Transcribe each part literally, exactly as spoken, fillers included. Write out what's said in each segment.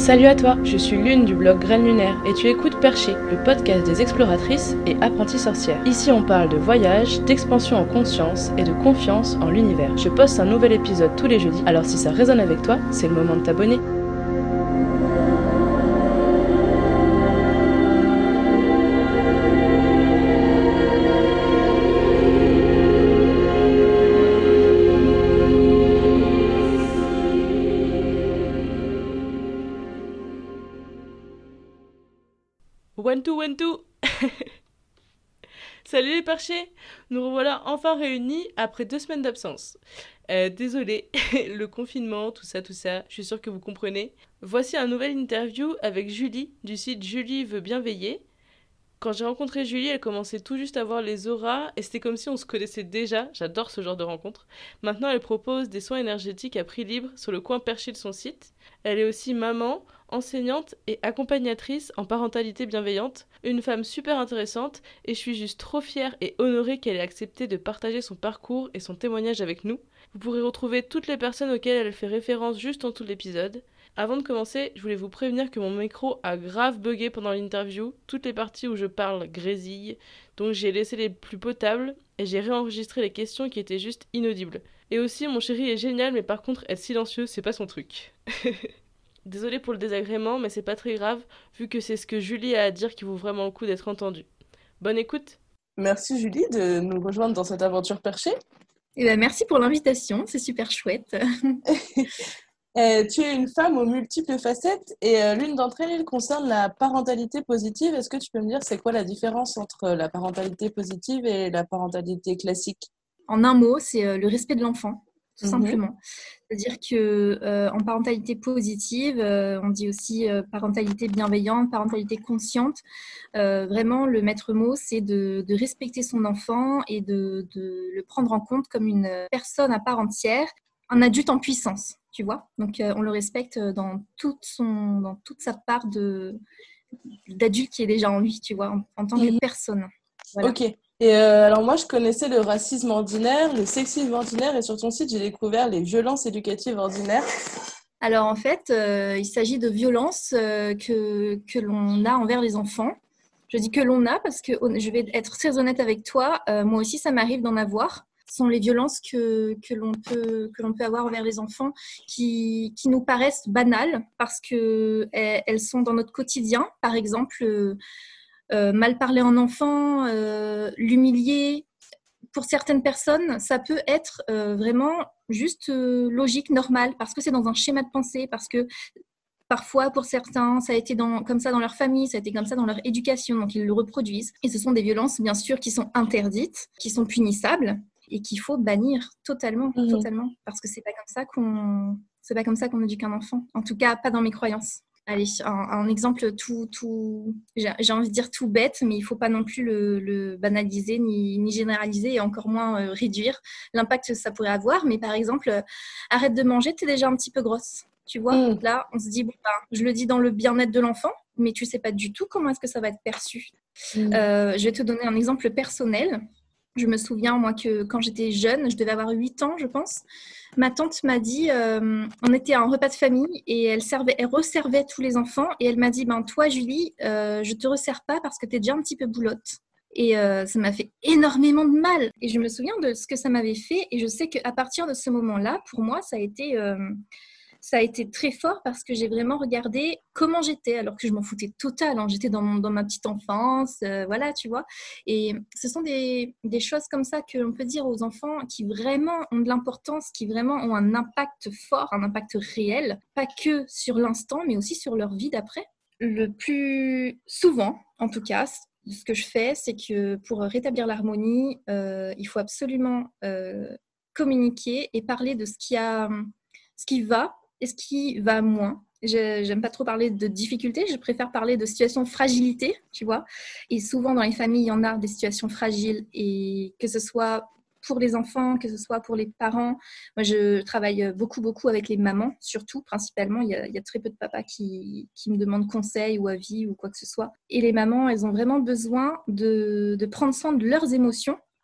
Salut à toi, je suis Lune du blog Graines Lunaires et tu écoutes Perché, le podcast des exploratrices et apprenties sorcières. Ici on parle de voyage, d'expansion en conscience et de confiance en l'univers. Je poste un nouvel épisode tous les jeudis, alors si ça résonne avec toi, c'est le moment de t'abonner. One two one two. Salut les perchés, nous revoilà enfin réunis après deux semaines d'absence. Euh, désolé, le confinement, tout ça, tout ça, je suis sûre que vous comprenez. Voici un nouvel interview avec Julie du site Julie veut bien veiller. Quand j'ai rencontré Julie, elle commençait tout juste à voir les auras et c'était comme si on se connaissait déjà. J'adore ce genre de rencontre. Maintenant, elle propose des soins énergétiques à prix libre sur le coin perché de son site. Elle est aussi maman, enseignante et accompagnatrice en parentalité bienveillante. Une femme super intéressante et je suis juste trop fière et honorée qu'elle ait accepté de partager son parcours et son témoignage avec nous. Vous pourrez retrouver toutes les personnes auxquelles elle fait référence juste en dessous de l'épisode. Avant de commencer, je voulais vous prévenir que mon micro a grave bugué pendant l'interview. Toutes les parties où je parle grésillent, donc j'ai laissé les plus potables et j'ai réenregistré les questions qui étaient juste inaudibles. Et aussi, mon chéri est génial, mais par contre, être silencieux, c'est pas son truc. Désolée pour le désagrément, mais c'est pas très grave, vu que c'est ce que Julie a à dire qui vaut vraiment le coup d'être entendue. Bonne écoute. Merci Julie de nous rejoindre dans cette aventure perchée. Eh ben, merci pour l'invitation, c'est super chouette. Euh, tu es une femme aux multiples facettes et euh, l'une d'entre elles concerne la parentalité positive. Est-ce que tu peux me dire c'est quoi la différence entre la parentalité positive et la parentalité classique ? En un mot, c'est euh, le respect de l'enfant, tout Mhm. simplement. C'est-à-dire que euh, en parentalité positive, euh, on dit aussi euh, parentalité bienveillante, parentalité consciente. Euh, vraiment, le maître mot, c'est de, de respecter son enfant et de, de le prendre en compte comme une personne à part entière, un adulte en puissance, tu vois. Donc, euh, on le respecte dans toute son, dans toute sa part de d'adulte qui est déjà en lui, tu vois, en, en tant que Mhm. personne. Voilà. Ok. Et euh, alors moi, je connaissais le racisme ordinaire, le sexisme ordinaire et sur ton site, j'ai découvert les violences éducatives ordinaires. Alors en fait, euh, il s'agit de violences euh, que, que l'on a envers les enfants. Je dis que l'on a parce que je vais être très honnête avec toi, euh, moi aussi ça m'arrive d'en avoir. Ce sont les violences que, que, l'on peut, que l'on peut avoir envers les enfants qui, qui nous paraissent banales parce qu'elles sont dans notre quotidien. Par exemple, euh, euh, mal parler en enfant, euh, l'humilier. Pour certaines personnes, ça peut être euh, vraiment juste euh, logique, normal, parce que c'est dans un schéma de pensée, parce que parfois, pour certains, ça a été dans, comme ça dans leur famille, ça a été comme ça dans leur éducation, donc ils le reproduisent. Et ce sont des violences, bien sûr, qui sont interdites, qui sont punissables et qu'il faut bannir totalement, mmh. totalement, parce que c'est pas comme ça qu'on, c'est pas comme ça qu'on éduque un enfant. En tout cas, pas dans mes croyances. Allez, un, un exemple tout, tout j'ai, j'ai envie de dire tout bête, mais il ne faut pas non plus le, le banaliser ni, ni généraliser et encore moins euh, réduire l'impact que ça pourrait avoir. Mais par exemple, euh, arrête de manger, tu es déjà un petit peu grosse. Tu vois, mmh. Là, on se dit, bon, bah, je le dis dans le bien-être de l'enfant, mais tu ne sais pas du tout comment est-ce que ça va être perçu. Mmh. Euh, je vais te donner un exemple personnel. Je me souviens, moi, que quand j'étais jeune, je devais avoir huit ans, je pense, ma tante m'a dit, euh, on était à un repas de famille et elle, servait, elle resservait tous les enfants et elle m'a dit, ben, toi, Julie, euh, je ne te resserre pas parce que tu es déjà un petit peu boulotte. Et euh, ça m'a fait énormément de mal. Et je me souviens de ce que ça m'avait fait et je sais qu'à partir de ce moment-là, pour moi, ça a été... Euh, ça a été très fort parce que j'ai vraiment regardé comment j'étais, alors que je m'en foutais total. Hein. J'étais dans, mon, dans ma petite enfance, euh, voilà, tu vois. Et ce sont des, des choses comme ça que l'on peut dire aux enfants qui vraiment ont de l'importance, qui vraiment ont un impact fort, un impact réel, pas que sur l'instant, mais aussi sur leur vie d'après. Le plus souvent, en tout cas, ce que je fais, c'est que pour rétablir l'harmonie, euh, il faut absolument euh, communiquer et parler de ce qui, a, ce qui va et ce qui va moins. Je, j'aime pas trop parler de difficultés, je préfère parler de situations de fragilité, tu vois. Et souvent, dans les familles, il y en a des situations fragiles, et que ce soit pour les enfants, que ce soit pour les parents. Moi, je travaille beaucoup, beaucoup avec les mamans, surtout, principalement. Il y a, il y a très peu de papas qui, qui me demandent conseil ou avis ou quoi que ce soit. Et les mamans, elles ont vraiment besoin de, de prendre soin de leurs émotions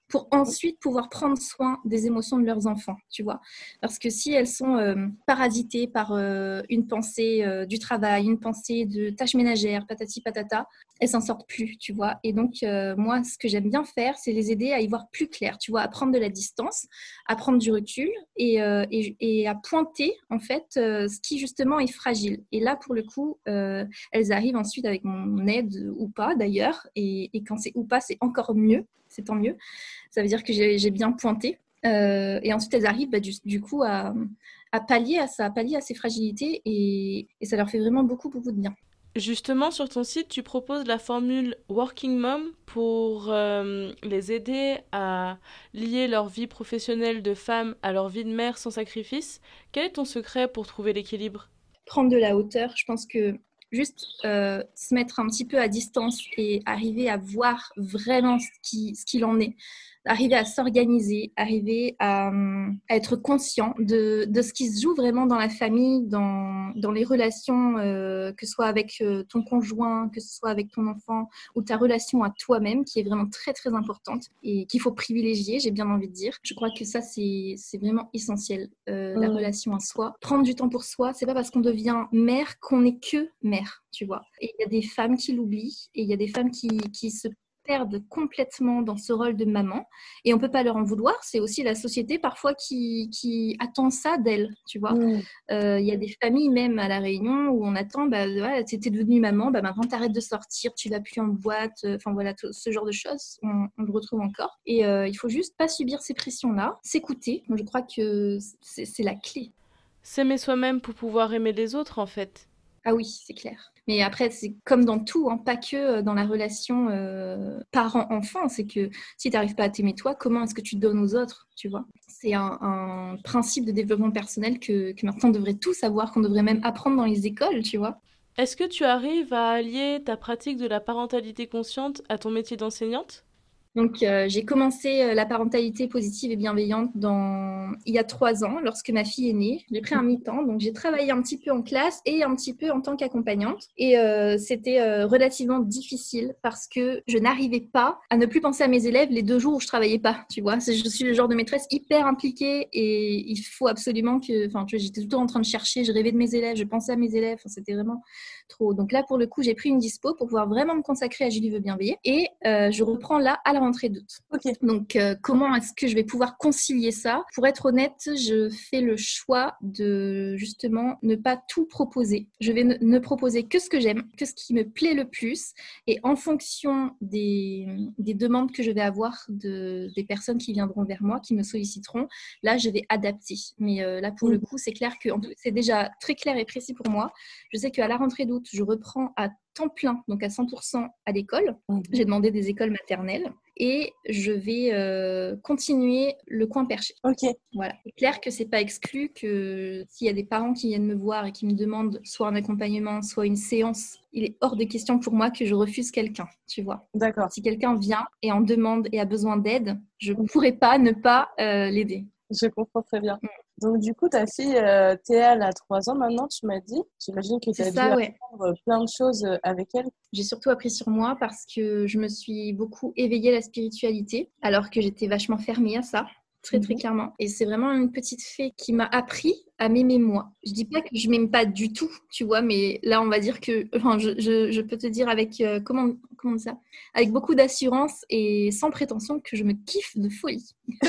pour ensuite pouvoir prendre soin des émotions de leurs enfants, tu vois. Parce que si elles sont euh, parasitées par euh, une pensée euh, du travail, une pensée de tâches ménagères, patati patata, elles s'en sortent plus, tu vois. Et donc, euh, moi, ce que j'aime bien faire, c'est les aider à y voir plus clair, tu vois, à prendre de la distance, à prendre du recul et, euh, et, et à pointer, en fait, euh, ce qui, justement, est fragile. Et là, pour le coup, euh, elles arrivent ensuite avec mon aide ou pas, d'ailleurs. Et, et quand c'est ou pas, c'est encore mieux, c'est tant mieux. Ça veut dire que j'ai, j'ai bien pointé. Euh, et ensuite, elles arrivent, bah, du, du coup, à, à pallier à ça, à pallier à ces fragilités. Et, et ça leur fait vraiment beaucoup, beaucoup de bien. Justement, sur ton site, tu proposes la formule Working Mom pour euh, les aider à lier leur vie professionnelle de femme à leur vie de mère sans sacrifice. Quel est ton secret pour trouver l'équilibre ? Prendre de la hauteur, je pense que juste euh, se mettre un petit peu à distance et arriver à voir vraiment ce, qui, ce qu'il en est, arriver à s'organiser, arriver à, à être conscient de, de ce qui se joue vraiment dans la famille, dans, dans les relations, euh, que ce soit avec euh, ton conjoint, que ce soit avec ton enfant, ou ta relation à toi-même, qui est vraiment très, très importante et qu'il faut privilégier, j'ai bien envie de dire. Je crois que ça, c'est, c'est vraiment essentiel, euh, la Mmh. relation à soi. Prendre du temps pour soi, c'est pas parce qu'on devient mère qu'on n'est que mère, tu vois. Et il y a des femmes qui l'oublient et il y a des femmes qui, qui se perdent complètement dans ce rôle de maman et on peut pas leur en vouloir, c'est aussi la société parfois qui, qui attend ça d'elles, tu vois. Il mmh. euh, y a des familles même à La Réunion où on attend, bah ouais, t'es devenue maman, bah maintenant t'arrêtes de sortir, tu vas plus en boîte, enfin voilà, tout, ce genre de choses, on, on le retrouve encore et euh, il faut juste pas subir ces pressions-là, s'écouter, je crois que c'est, c'est la clé. S'aimer soi-même pour pouvoir aimer les autres, en fait. Ah oui, c'est clair. Mais après, c'est comme dans tout, hein, pas que dans la relation euh, parent-enfant. C'est que si tu n'arrives pas à t'aimer toi, comment est-ce que tu donnes aux autres, tu vois ? C'est un, un principe de développement personnel que, que maintenant on devrait tous savoir, qu'on devrait même apprendre dans les écoles, tu vois. Est-ce que tu arrives à allier ta pratique de la parentalité consciente à ton métier d'enseignante ? Donc, euh, j'ai commencé euh, la parentalité positive et bienveillante dans... il y a trois ans, lorsque ma fille est née. J'ai pris un mi-temps, donc j'ai travaillé un petit peu en classe et un petit peu en tant qu'accompagnante. Et euh, c'était euh, relativement difficile parce que je n'arrivais pas à ne plus penser à mes élèves les deux jours où je travaillais pas, tu vois. Je suis le genre de maîtresse hyper impliquée et il faut absolument que... Enfin, tu vois, j'étais tout le temps en train de chercher, je rêvais de mes élèves, je pensais à mes élèves. Enfin, c'était vraiment trop. Donc là, pour le coup, j'ai pris une dispo pour pouvoir vraiment me consacrer à Julie veut bien veiller. Et euh, je reprends là à la rentrée d'août. Okay. Donc, euh, comment est-ce que je vais pouvoir concilier ça ? Pour être honnête, je fais le choix de justement ne pas tout proposer. Je vais ne, ne proposer que ce que j'aime, que ce qui me plaît le plus. Et en fonction des, des demandes que je vais avoir de, des personnes qui viendront vers moi, qui me solliciteront, là, je vais adapter. Mais euh, là, pour mmh. le coup, c'est clair que c'est déjà très clair et précis pour moi. Je sais qu'à la rentrée d'août, je reprends à temps plein, donc à cent pour cent à l'école. Mmh. J'ai demandé des écoles maternelles et je vais euh, continuer le coin perché. Ok. Voilà. C'est clair que c'est pas exclu que s'il y a des parents qui viennent me voir et qui me demandent soit un accompagnement, soit une séance, il est hors de question pour moi que je refuse quelqu'un, tu vois. D'accord. Si quelqu'un vient et en demande et a besoin d'aide, je ne pourrais pas ne pas euh, l'aider. Je comprends très bien. Mmh. Donc, du coup, ta fille, euh, Théa, elle a trois ans maintenant, tu m'as dit. J'imagine que tu as dû ouais. apprendre plein de choses avec elle. J'ai surtout appris sur moi parce que je me suis beaucoup éveillée à la spiritualité, alors que j'étais vachement fermée à ça, très très mmh. clairement. Et c'est vraiment une petite fée qui m'a appris à m'aimer moi. Je dis pas que je m'aime pas du tout, tu vois, mais là, on va dire que, enfin, je, je, je peux te dire avec, euh, comment, comment ça, avec beaucoup d'assurance et sans prétention que je me kiffe de folie.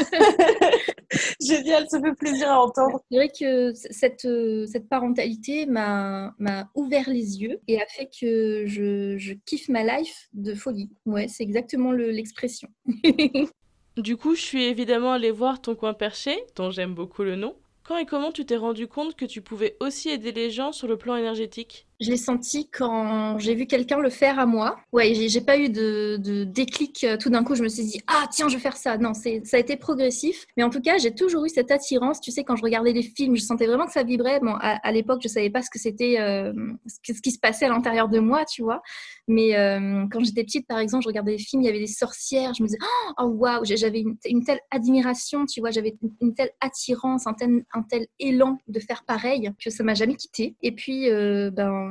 Génial, ça fait plaisir à entendre. Je dirais que cette, cette parentalité m'a, m'a ouvert les yeux et a fait que je, je kiffe ma life de folie. Ouais, c'est exactement le, l'expression. Du coup, je suis évidemment allée voir ton coin perché, dont j'aime beaucoup le nom. Quand et comment tu t'es rendu compte que tu pouvais aussi aider les gens sur le plan énergétique ? Je l'ai senti quand j'ai vu quelqu'un le faire à moi. Ouais, j'ai, j'ai pas eu de, de déclic. Tout d'un coup, je me suis dit « Ah, tiens, je vais faire ça !» Non, c'est, ça a été progressif. Mais en tout cas, j'ai toujours eu cette attirance. Tu sais, quand je regardais les films, je sentais vraiment que ça vibrait. Bon, à, à l'époque, je savais pas ce que c'était, euh, ce, ce qui se passait à l'intérieur de moi, tu vois. Mais euh, quand j'étais petite, par exemple, je regardais les films, il y avait des sorcières. Je me disais « Oh, waouh !» J'avais une, une telle admiration, tu vois. J'avais une, une telle attirance, un tel, un tel élan de faire pareil que ça m'a jamais quittée. Et puis, euh, ben...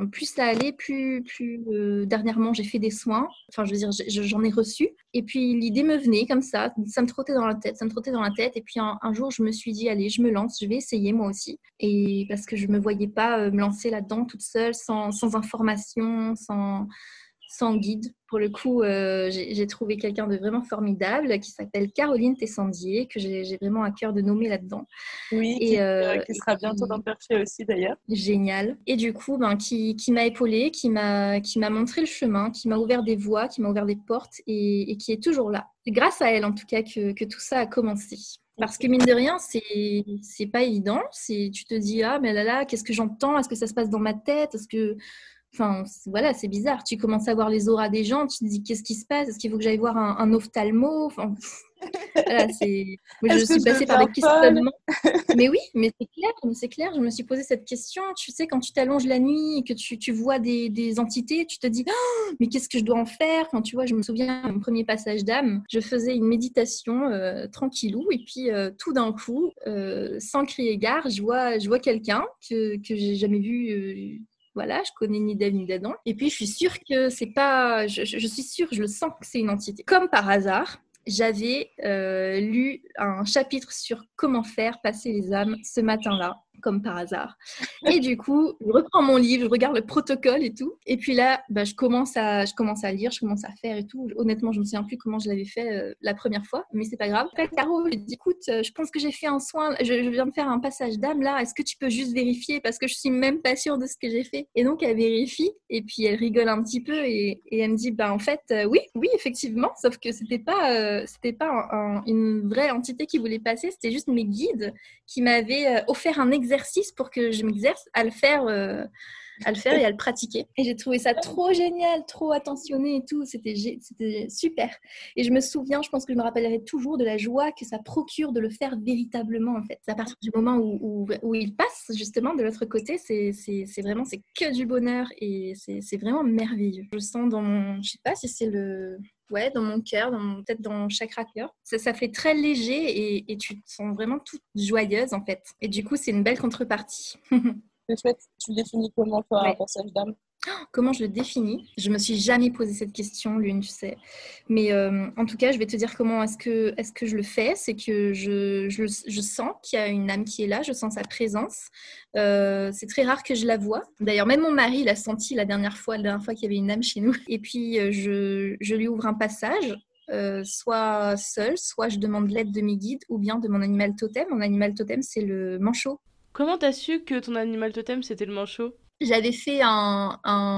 ben, plus ça allait, plus, plus euh, dernièrement j'ai fait des soins. Enfin, je veux dire, j'en ai reçu. Et puis l'idée me venait comme ça, ça me trottait dans la tête, ça me trottait dans la tête. Et puis un, un jour, je me suis dit, allez, je me lance, je vais essayer moi aussi. Et parce que je me voyais pas me lancer là-dedans toute seule, sans, sans information, sans, sans guide. Pour le coup, euh, j'ai, j'ai trouvé quelqu'un de vraiment formidable qui s'appelle Caroline Tessandier, que j'ai, j'ai vraiment à cœur de nommer là-dedans. Oui, et, qui, euh, qui sera bientôt dans Perché aussi d'ailleurs. Génial. Et du coup, ben, qui, qui m'a épaulée, qui m'a, qui m'a montré le chemin, qui m'a ouvert des voies, qui m'a ouvert des portes et, et qui est toujours là. C'est grâce à elle, en tout cas, que, que tout ça a commencé. Parce que mine de rien, c'est, c'est pas évident. C'est, tu te dis, ah, mais là là, qu'est-ce que j'entends? Est-ce que ça se passe dans ma tête? Est-ce que... Enfin, voilà, c'est bizarre. Tu commences à voir les auras des gens, tu te dis, qu'est-ce qui se passe? Est-ce qu'il faut que j'aille voir un, un ophtalmo? Enfin, voilà, c'est... Moi, je suis passée par des questionnements. Mais oui, mais c'est clair, mais c'est clair. Je me suis posé cette question. Tu sais, quand tu t'allonges la nuit et que tu, tu vois des, des entités, tu te dis, oh, mais qu'est-ce que je dois en faire? Enfin, tu vois, je me souviens, mon premier passage d'âme, je faisais une méditation euh, tranquillou et puis euh, tout d'un coup, euh, sans crier gare, je vois, je vois quelqu'un que, que j'ai jamais vu... Euh, Voilà, je connais ni d'Ève ni d'Adam. Et puis, je suis sûre que c'est pas... Je, je, je suis sûre, je le sens que c'est une entité. Comme par hasard, j'avais euh, lu un chapitre sur comment faire passer les âmes ce matin-là, comme par hasard. Et du coup, je reprends mon livre, je regarde le protocole et tout. Et puis là, bah, je, commence à, je commence à lire, je commence à faire et tout. Honnêtement, je ne me souviens plus comment je l'avais fait euh, la première fois, mais c'est pas grave. Après, Caro, je dis, écoute, euh, je pense que j'ai fait un soin, je, je viens de faire un passage d'âme là, est-ce que tu peux juste vérifier? Parce que je suis même pas sûre de ce que j'ai fait. Et donc, elle vérifie, et puis elle rigole un petit peu, et, et elle me dit, bah en fait, euh, oui, oui, effectivement, sauf que c'était pas, euh, c'était pas un, un, une vraie entité qui voulait passer, c'était juste mes guides qui m'avaient euh, offert un exercice pour que je m'exerce à le faire, euh, à le faire et à le pratiquer. Et j'ai trouvé ça trop génial, trop attentionné et tout. C'était, c'était super. Et je me souviens, je pense que je me rappellerai toujours de la joie que ça procure de le faire véritablement, en fait. À partir du moment où, où, où il passe, justement, de l'autre côté, c'est, c'est, c'est vraiment, c'est que du bonheur et c'est, c'est vraiment merveilleux. Je sens dans mon, je sais pas si c'est le... Ouais, dans mon cœur, dans mon, peut-être dans mon chakra cœur. Ça, ça fait très léger et, et tu te sens vraiment toute joyeuse, en fait. Et du coup, c'est une belle contrepartie. C'est chouette. Tu le définis comment, toi, ouais. un passage d'âme? Comment je le définis? Je me suis jamais posé cette question, Lune, tu sais. Mais euh, en tout cas, je vais te dire comment est-ce que, est-ce que je le fais. C'est que je, je, je sens qu'il y a une âme qui est là, je sens sa présence. Euh, c'est très rare que je la vois. D'ailleurs, même mon mari l'a senti la dernière fois, la dernière fois qu'il y avait une âme chez nous. Et puis, je, je lui ouvre un passage. Euh, soit seule, soit je demande l'aide de mes guides ou bien de mon animal totem. Mon animal totem, c'est le manchot. Comment t'as su que ton animal totem, c'était le manchot? J'avais fait un,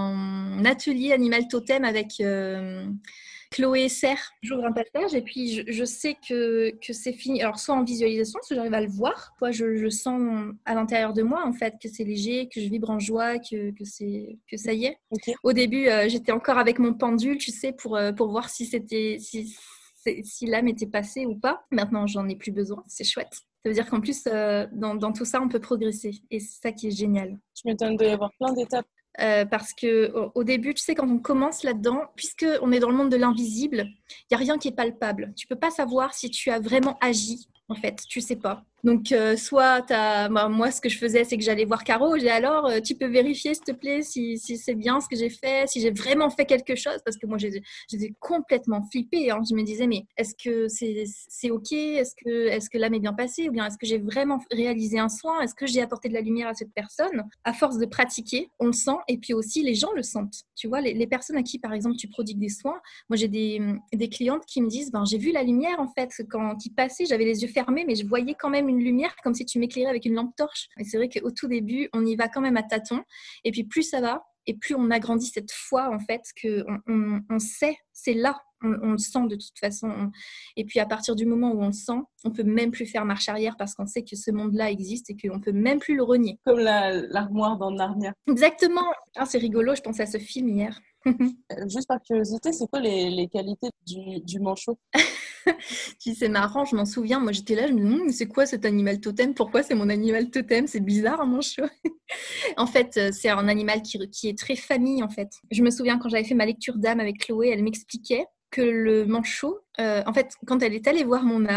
un atelier animal totem avec euh, Chloé Serre. J'ouvre un passage et puis je, je sais que, que c'est fini. Alors, soit en visualisation, soit j'arrive à le voir, soit je, je sens à l'intérieur de moi, en fait, que c'est léger, que je vibre en joie, que, que, c'est, que ça y est. Okay. Au début, euh, j'étais encore avec mon pendule, tu sais, pour, euh, pour voir si c'était... Si, si l'âme était passée ou pas. Maintenant, j'en ai plus besoin. C'est chouette. Ça veut dire qu'en plus, euh, dans, dans tout ça, on peut progresser. Et c'est ça qui est génial. Je m'étonne de y avoir plein d'étapes. Euh, parce qu'au au début, tu sais, quand on commence là-dedans, puisqu'on est dans le monde de l'invisible, il n'y a rien qui est palpable. Tu ne peux pas savoir si tu as vraiment agi, en fait. Tu ne sais pas. Donc, euh, soit, t'as... Bah, moi, ce que je faisais, c'est que j'allais voir Caro. J'ai alors, euh, tu peux vérifier, s'il te plaît, si, si c'est bien ce que j'ai fait, si j'ai vraiment fait quelque chose. Parce que moi, j'étais, j'étais complètement flippée. Hein. Je me disais, mais est-ce que c'est, c'est OK? Est-ce que, est-ce que l'âme est bien passée? Ou bien est-ce que j'ai vraiment réalisé un soin? Est-ce que j'ai apporté de la lumière à cette personne? À force de pratiquer, on le sent. Et puis aussi, les gens le sentent. Tu vois, les, les personnes à qui, par exemple, tu prodigues des soins. Moi, j'ai des, des clientes qui me disent, ben, j'ai vu la lumière, en fait. Quand il passait, j'avais les yeux fermés, mais je voyais quand même une lumière comme si tu m'éclairais avec une lampe torche. Et c'est vrai qu'au tout début, on y va quand même à tâtons. Et puis plus ça va, et plus on agrandit cette foi en fait, qu'on on, on sait, c'est là, on, on le sent de toute façon. On... Et puis à partir du moment où on le sent, on peut même plus faire marche arrière parce qu'on sait que ce monde-là existe et qu'on peut même plus le renier. Comme la, l'armoire dans Narnia. Exactement. Ah, c'est rigolo, je pensais à ce film hier. Juste par curiosité, c'est quoi les, les qualités du, du manchot? Si c'est marrant, je m'en souviens. Moi, j'étais là, je me disais, hm, c'est quoi cet animal totem? Pourquoi c'est mon animal totem? C'est bizarre, un manchot. En fait, c'est un animal qui, qui est très famille, en fait. Je me souviens quand j'avais fait ma lecture d'âme avec Chloé, elle m'expliquait que le manchot, euh, en fait, quand elle est allée voir mon âme,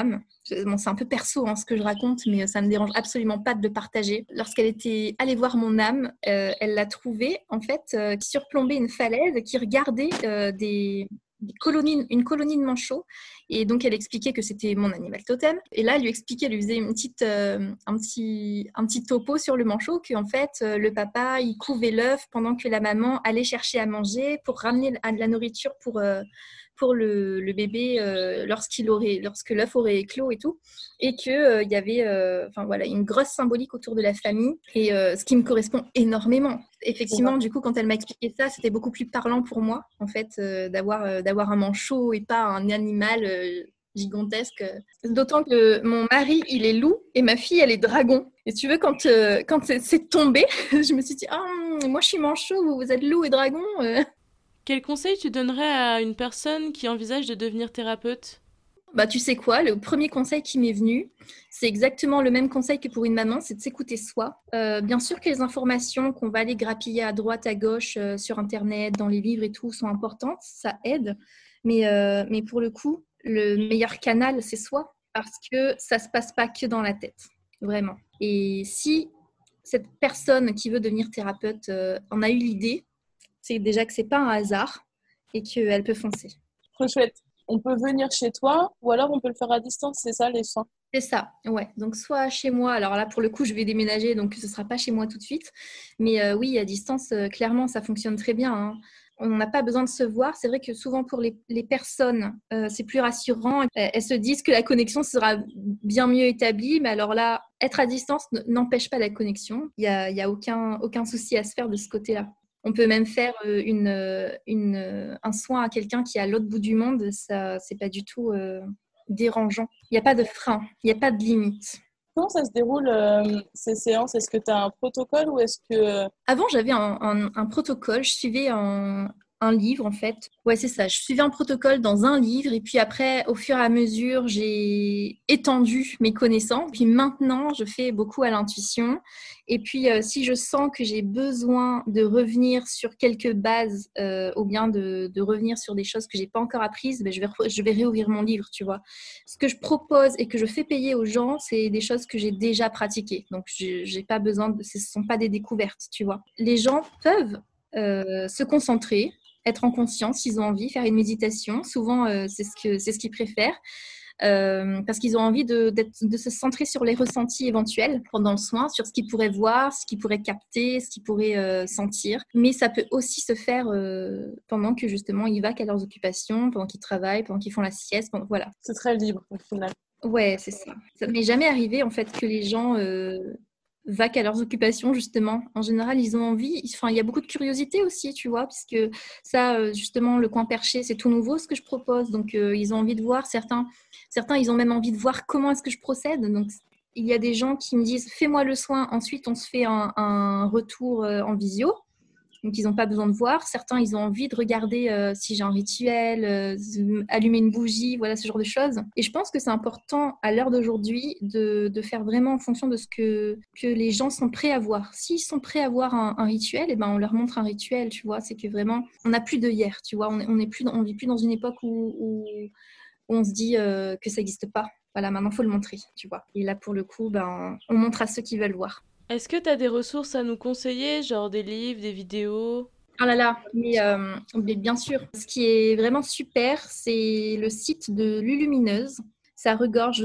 Bon, c'est un peu perso hein, ce que je raconte, mais ça ne me dérange absolument pas de le partager. Lorsqu'elle était allée voir mon âme, euh, elle l'a trouvé en fait euh, qui surplombait une falaise, qui regardait euh, des, des colonies, une colonie de manchots. Et donc elle expliquait que c'était mon animal totem. Et là, elle lui expliquait, elle lui faisait une petite, euh, un petit, un petit topo sur le manchot, qu'en fait euh, le papa il couvait l'œuf pendant que la maman allait chercher à manger pour ramener de la nourriture pour euh, pour le, le bébé euh, lorsqu'il aurait, lorsque l'œuf aurait éclos et tout, et qu'il euh, y avait euh, enfin, voilà, une grosse symbolique autour de la famille, et euh, ce qui me correspond énormément. Effectivement, du coup, quand elle m'a expliqué ça, c'était beaucoup plus parlant pour moi, en fait, euh, d'avoir, euh, d'avoir un manchot et pas un animal euh, gigantesque. D'autant que mon mari, il est loup, et ma fille, elle est dragon. Et tu veux, quand, euh, quand c'est, c'est tombé, je me suis dit, ah, moi je suis manchot, vous, vous êtes loup et dragon euh. Quel conseil tu donnerais à une personne qui envisage de devenir thérapeute ? Bah, tu sais quoi, le premier conseil qui m'est venu, c'est exactement le même conseil que pour une maman, c'est de s'écouter soi. Euh, bien sûr que les informations qu'on va aller grappiller à droite, à gauche, euh, sur Internet, dans les livres et tout, sont importantes, ça aide. Mais, euh, mais pour le coup, le meilleur canal, c'est soi, parce que ça ne se passe pas que dans la tête, vraiment. Et si cette personne qui veut devenir thérapeute euh, en a eu l'idée, c'est déjà que ce n'est pas un hasard et qu'elle peut foncer. Trop chouette. On peut venir chez toi ou alors on peut le faire à distance, c'est ça les soins? C'est ça, ouais. Donc soit chez moi, alors là pour le coup je vais déménager, donc ce ne sera pas chez moi tout de suite. Mais euh, oui, à distance, euh, clairement ça fonctionne très bien. Hein. On n'a pas besoin de se voir. C'est vrai que souvent pour les, les personnes, euh, c'est plus rassurant. Elles se disent que la connexion sera bien mieux établie, mais alors là, être à distance n'empêche pas la connexion. Il n'y a, il y a aucun, aucun souci à se faire de ce côté-là. On peut même faire une, une, un soin à quelqu'un qui est à l'autre bout du monde. Ça, c'est pas du tout euh, dérangeant. Il n'y a pas de frein, il n'y a pas de limite. Comment ça se déroule euh, ces séances? Est-ce que tu as un protocole ou est-ce que... Avant, j'avais un, un, un protocole. Je suivais un, un livre, en fait. Ouais, c'est ça. Je suivais un protocole dans un livre. Et puis après, au fur et à mesure, j'ai étendu mes connaissances. Puis maintenant, je fais beaucoup à l'intuition. Et puis, euh, si je sens que j'ai besoin de revenir sur quelques bases euh, ou bien de, de revenir sur des choses que je n'ai pas encore apprises, ben, je vais, je vais réouvrir mon livre, tu vois. Ce que je propose et que je fais payer aux gens, c'est des choses que j'ai déjà pratiquées. Donc, je, j'ai pas besoin de... ce ne sont pas des découvertes, tu vois. Les gens peuvent euh, se concentrer, être en conscience s'ils ont envie, faire une méditation. Souvent, euh, c'est, ce que, c'est ce qu'ils préfèrent. Euh, parce qu'ils ont envie de, de se centrer sur les ressentis éventuels pendant le soin, sur ce qu'ils pourraient voir, ce qu'ils pourraient capter, ce qu'ils pourraient euh, sentir. Mais ça peut aussi se faire euh, pendant que justement ils vaquent à leurs occupations, pendant qu'ils travaillent, pendant qu'ils font la sieste. Pendant... Voilà. C'est très libre au final. Ouais, c'est ça. Ça m'est jamais arrivé en fait que les gens euh, vaquent à leurs occupations justement. En général, ils ont envie. Enfin, il y a beaucoup de curiosité aussi, tu vois, puisque ça, justement, le coin perché, c'est tout nouveau ce que je propose. Donc, euh, ils ont envie de voir. Certains, certains, ils ont même envie de voir comment est-ce que je procède. Donc, il y a des gens qui me disent fais-moi le soin. Ensuite, on se fait un, un retour euh, en visio. Donc, ils n'ont pas besoin de voir. Certains, ils ont envie de regarder euh, si j'ai un rituel, euh, allumer une bougie, voilà, ce genre de choses. Et je pense que c'est important, à l'heure d'aujourd'hui, de, de faire vraiment en fonction de ce que, que les gens sont prêts à voir. S'ils sont prêts à voir un, un rituel, eh ben, on leur montre un rituel, tu vois. C'est que vraiment, on n'a plus de hier, tu vois. On ne on plus, on vit plus dans une époque où, où, où on se dit euh, que ça n'existe pas. Voilà, maintenant, il faut le montrer, tu vois. Et là, pour le coup, ben, on montre à ceux qui veulent voir. Est-ce que tu as des ressources à nous conseiller, genre des livres, des vidéos ? Ah là là, mais, euh, mais bien sûr. Ce qui est vraiment super, c'est le site de Lulumineuse. Ça regorge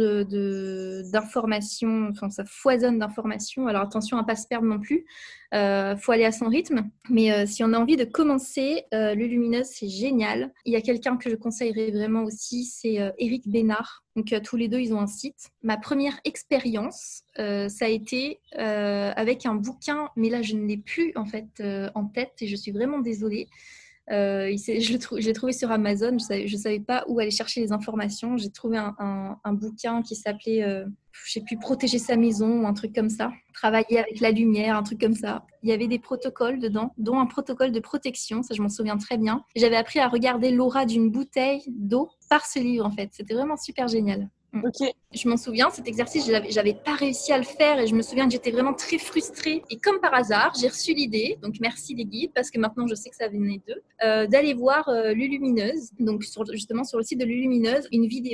de, d'informations, enfin ça foisonne d'informations. Alors attention à ne pas se perdre non plus. Il euh, faut aller à son rythme. Mais euh, si on a envie de commencer, euh, Lulumineuse, c'est génial. Il y a quelqu'un que je conseillerais vraiment aussi, c'est euh, Eric Bénard. Donc euh, tous les deux, ils ont un site. Ma première expérience, euh, ça a été euh, avec un bouquin, mais là, je ne l'ai plus en fait euh, en tête et je suis vraiment désolée. Euh, je, le trou- je l'ai trouvé sur Amazon, je ne savais, je savais pas où aller chercher les informations. J'ai trouvé un, un, un bouquin qui s'appelait, euh, je sais plus, Protéger sa maison ou un truc comme ça. Travailler avec la lumière, un truc comme ça. Il y avait des protocoles dedans, dont un protocole de protection, ça je m'en souviens très bien. J'avais appris à regarder l'aura d'une bouteille d'eau par ce livre en fait. C'était vraiment super génial. Ok. Je m'en souviens, cet exercice, je n'avais, j'avais pas réussi à le faire et je me souviens que j'étais vraiment très frustrée. Et comme par hasard, j'ai reçu l'idée, donc merci les guides, parce que maintenant je sais que ça venait d'eux, euh, d'aller voir euh, Lulumineuse, donc sur, justement sur le site de Lulumineuse, une vidéo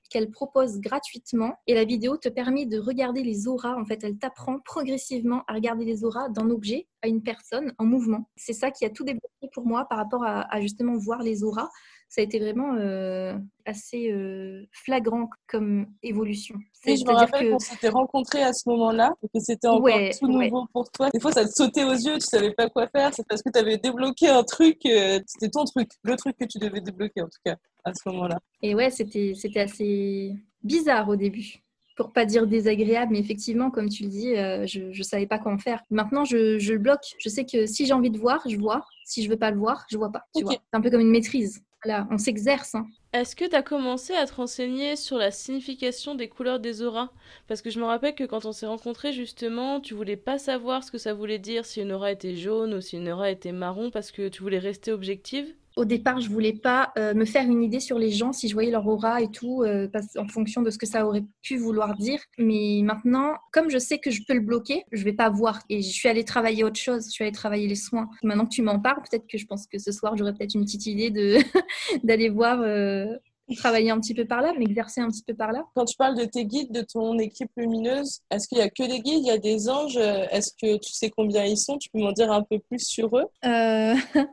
qu'elle propose gratuitement. Et la vidéo te permet de regarder les auras. En fait, elle t'apprend progressivement à regarder les auras d'un objet à une personne en mouvement. C'est ça qui a tout débloqué pour moi par rapport à, à justement voir les auras. Ça a été vraiment euh, assez euh, flagrant comme évolution. Et je me rappelle que... qu'on s'était rencontrés à ce moment-là et que c'était encore ouais, tout nouveau ouais. pour toi. Des fois, ça te sautait aux yeux, tu savais pas quoi faire. C'est parce que tu avais débloqué un truc, euh, c'était ton truc, le truc que tu devais débloquer en tout cas à ce moment-là. Et ouais, c'était, c'était assez bizarre au début. Pour pas dire désagréable, mais effectivement, comme tu le dis, euh, je ne savais pas quoi en faire. Maintenant, je, je le bloque. Je sais que si j'ai envie de voir, je vois. Si je veux pas le voir, je vois pas. Tu okay. vois. C'est un peu comme une maîtrise. Voilà, on s'exerce. Hein. Est-ce que tu as commencé à te renseigner sur la signification des couleurs des auras ? Parce que je me rappelle que quand on s'est rencontrés, justement, tu voulais pas savoir ce que ça voulait dire, si une aura était jaune ou si une aura était marron, parce que tu voulais rester objective. Au départ, je voulais pas euh, me faire une idée sur les gens si je voyais leur aura et tout, euh, en fonction de ce que ça aurait pu vouloir dire. Mais maintenant, comme je sais que je peux le bloquer, je vais pas voir. Et je suis allée travailler autre chose. Je suis allée travailler les soins. Maintenant que tu m'en parles, peut-être que je pense que ce soir, j'aurais peut-être une petite idée de d'aller voir... Euh... travailler un petit peu par là, m'exercer un petit peu par là. Quand tu parles de tes guides, de ton équipe lumineuse, est-ce qu'il y a que des guides, il y a des anges? Est-ce que tu sais combien ils sont? Tu peux m'en dire un peu plus sur eux? euh...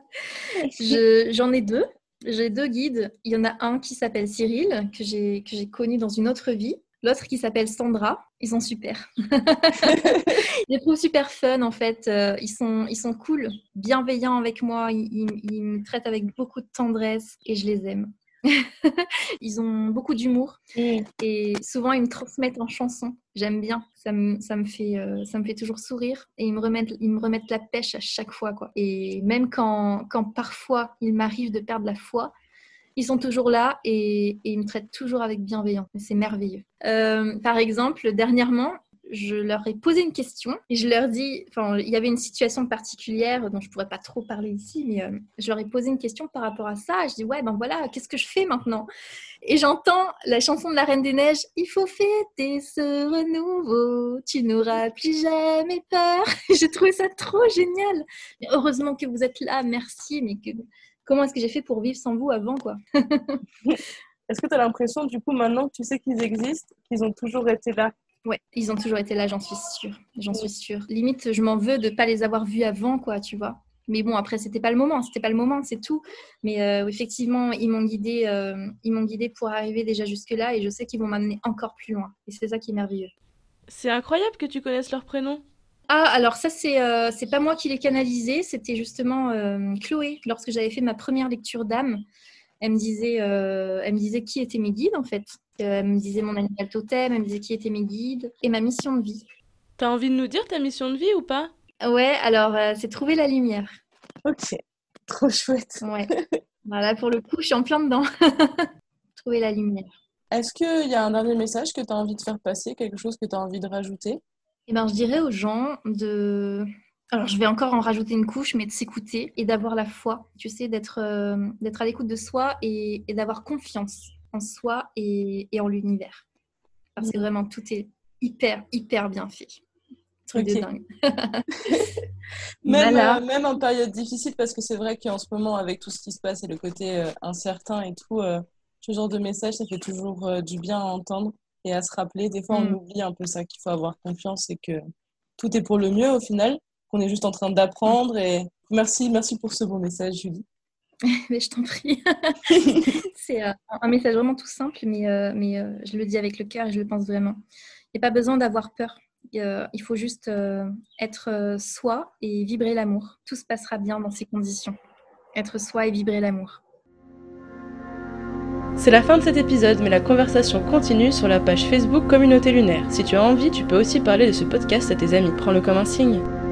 je, J'en ai deux. J'ai deux guides. Il y en a un qui s'appelle Cyril, que j'ai, que j'ai connu dans une autre vie. L'autre qui s'appelle Sandra. Ils sont super. Je les trouve super fun, en fait. Ils sont, ils sont cool, bienveillants avec moi. Ils, ils, ils me traitent avec beaucoup de tendresse et je les aime. Ils ont beaucoup d'humour mmh. et souvent ils me transmettent en chanson. J'aime bien, ça me, ça me fait, euh, ça me fait toujours sourire et ils me remettent, ils me remettent la pêche à chaque fois, quoi. Et même quand, quand parfois il m'arrive de perdre la foi, ils sont toujours là et, et ils me traitent toujours avec bienveillance. C'est merveilleux. Euh, par exemple, dernièrement, je leur ai posé une question et je leur dis, enfin, il y avait une situation particulière dont je pourrais pas trop parler ici, mais euh, je leur ai posé une question par rapport à ça. Je dis, ouais, ben voilà, qu'est-ce que je fais maintenant? Et j'entends la chanson de la Reine des Neiges, il faut fêter ce renouveau, tu n'auras plus jamais peur. J'ai trouvé ça trop génial. Mais heureusement que vous êtes là, merci, mais que, comment est-ce que j'ai fait pour vivre sans vous avant, quoi? Est-ce que tu as l'impression, du coup, maintenant que tu sais qu'ils existent, qu'ils ont toujours été là? Ouais, ils ont toujours été là, j'en suis sûre. J'en suis sûre. Limite, je m'en veux de ne pas les avoir vus avant, quoi, tu vois. Mais bon, après, c'était pas le moment, c'était pas le moment, c'est tout. Mais euh, effectivement, ils m'ont guidée, euh, ils m'ont guidée pour arriver déjà jusque-là et je sais qu'ils vont m'amener encore plus loin. Et c'est ça qui est merveilleux. C'est incroyable que tu connaisses leurs prénoms. Ah, alors ça, c'est, euh, c'est pas moi qui l'ai canalisé, c'était justement euh, Chloé. Lorsque j'avais fait ma première lecture d'âme, elle me disait, euh, elle me disait qui étaient mes guides, en fait. Euh, elle me disait mon animal totem, elle me disait qui étaient mes guides et ma mission de vie. T'as envie de nous dire ta mission de vie ou pas? Ouais, alors euh, c'est trouver la lumière. Ok, trop chouette. Ouais, voilà, pour le coup, je suis en plein dedans. Trouver la lumière. Est-ce qu'il y a un dernier message que tu as envie de faire passer, quelque chose que tu as envie de rajouter? Eh ben, je dirais aux gens de... Alors, je vais encore en rajouter une couche, mais de s'écouter et d'avoir la foi, tu sais, d'être, euh, d'être à l'écoute de soi et, et d'avoir confiance en soi et, et en l'univers. Parce que vraiment, tout est hyper, hyper bien fait. Truc okay. de dingue. même, voilà. euh, même en période difficile, parce que c'est vrai qu'en ce moment, avec tout ce qui se passe et le côté euh, incertain et tout, euh, ce genre de message, ça fait toujours euh, du bien à entendre et à se rappeler. Des fois, mm. on oublie un peu ça, qu'il faut avoir confiance et que tout est pour le mieux au final, qu'on est juste en train d'apprendre. Et merci, merci pour ce bon message, Julie. Mais je t'en prie. C'est euh, un message vraiment tout simple, mais, euh, mais euh, je le dis avec le cœur et je le pense vraiment. Il n'y a pas besoin d'avoir peur. Euh, il faut juste euh, être euh, soi et vibrer l'amour. Tout se passera bien dans ces conditions. Être soi et vibrer l'amour. C'est la fin de cet épisode, mais la conversation continue sur la page Facebook Communauté Lunaire. Si tu as envie, tu peux aussi parler de ce podcast à tes amis. Prends-le comme un signe.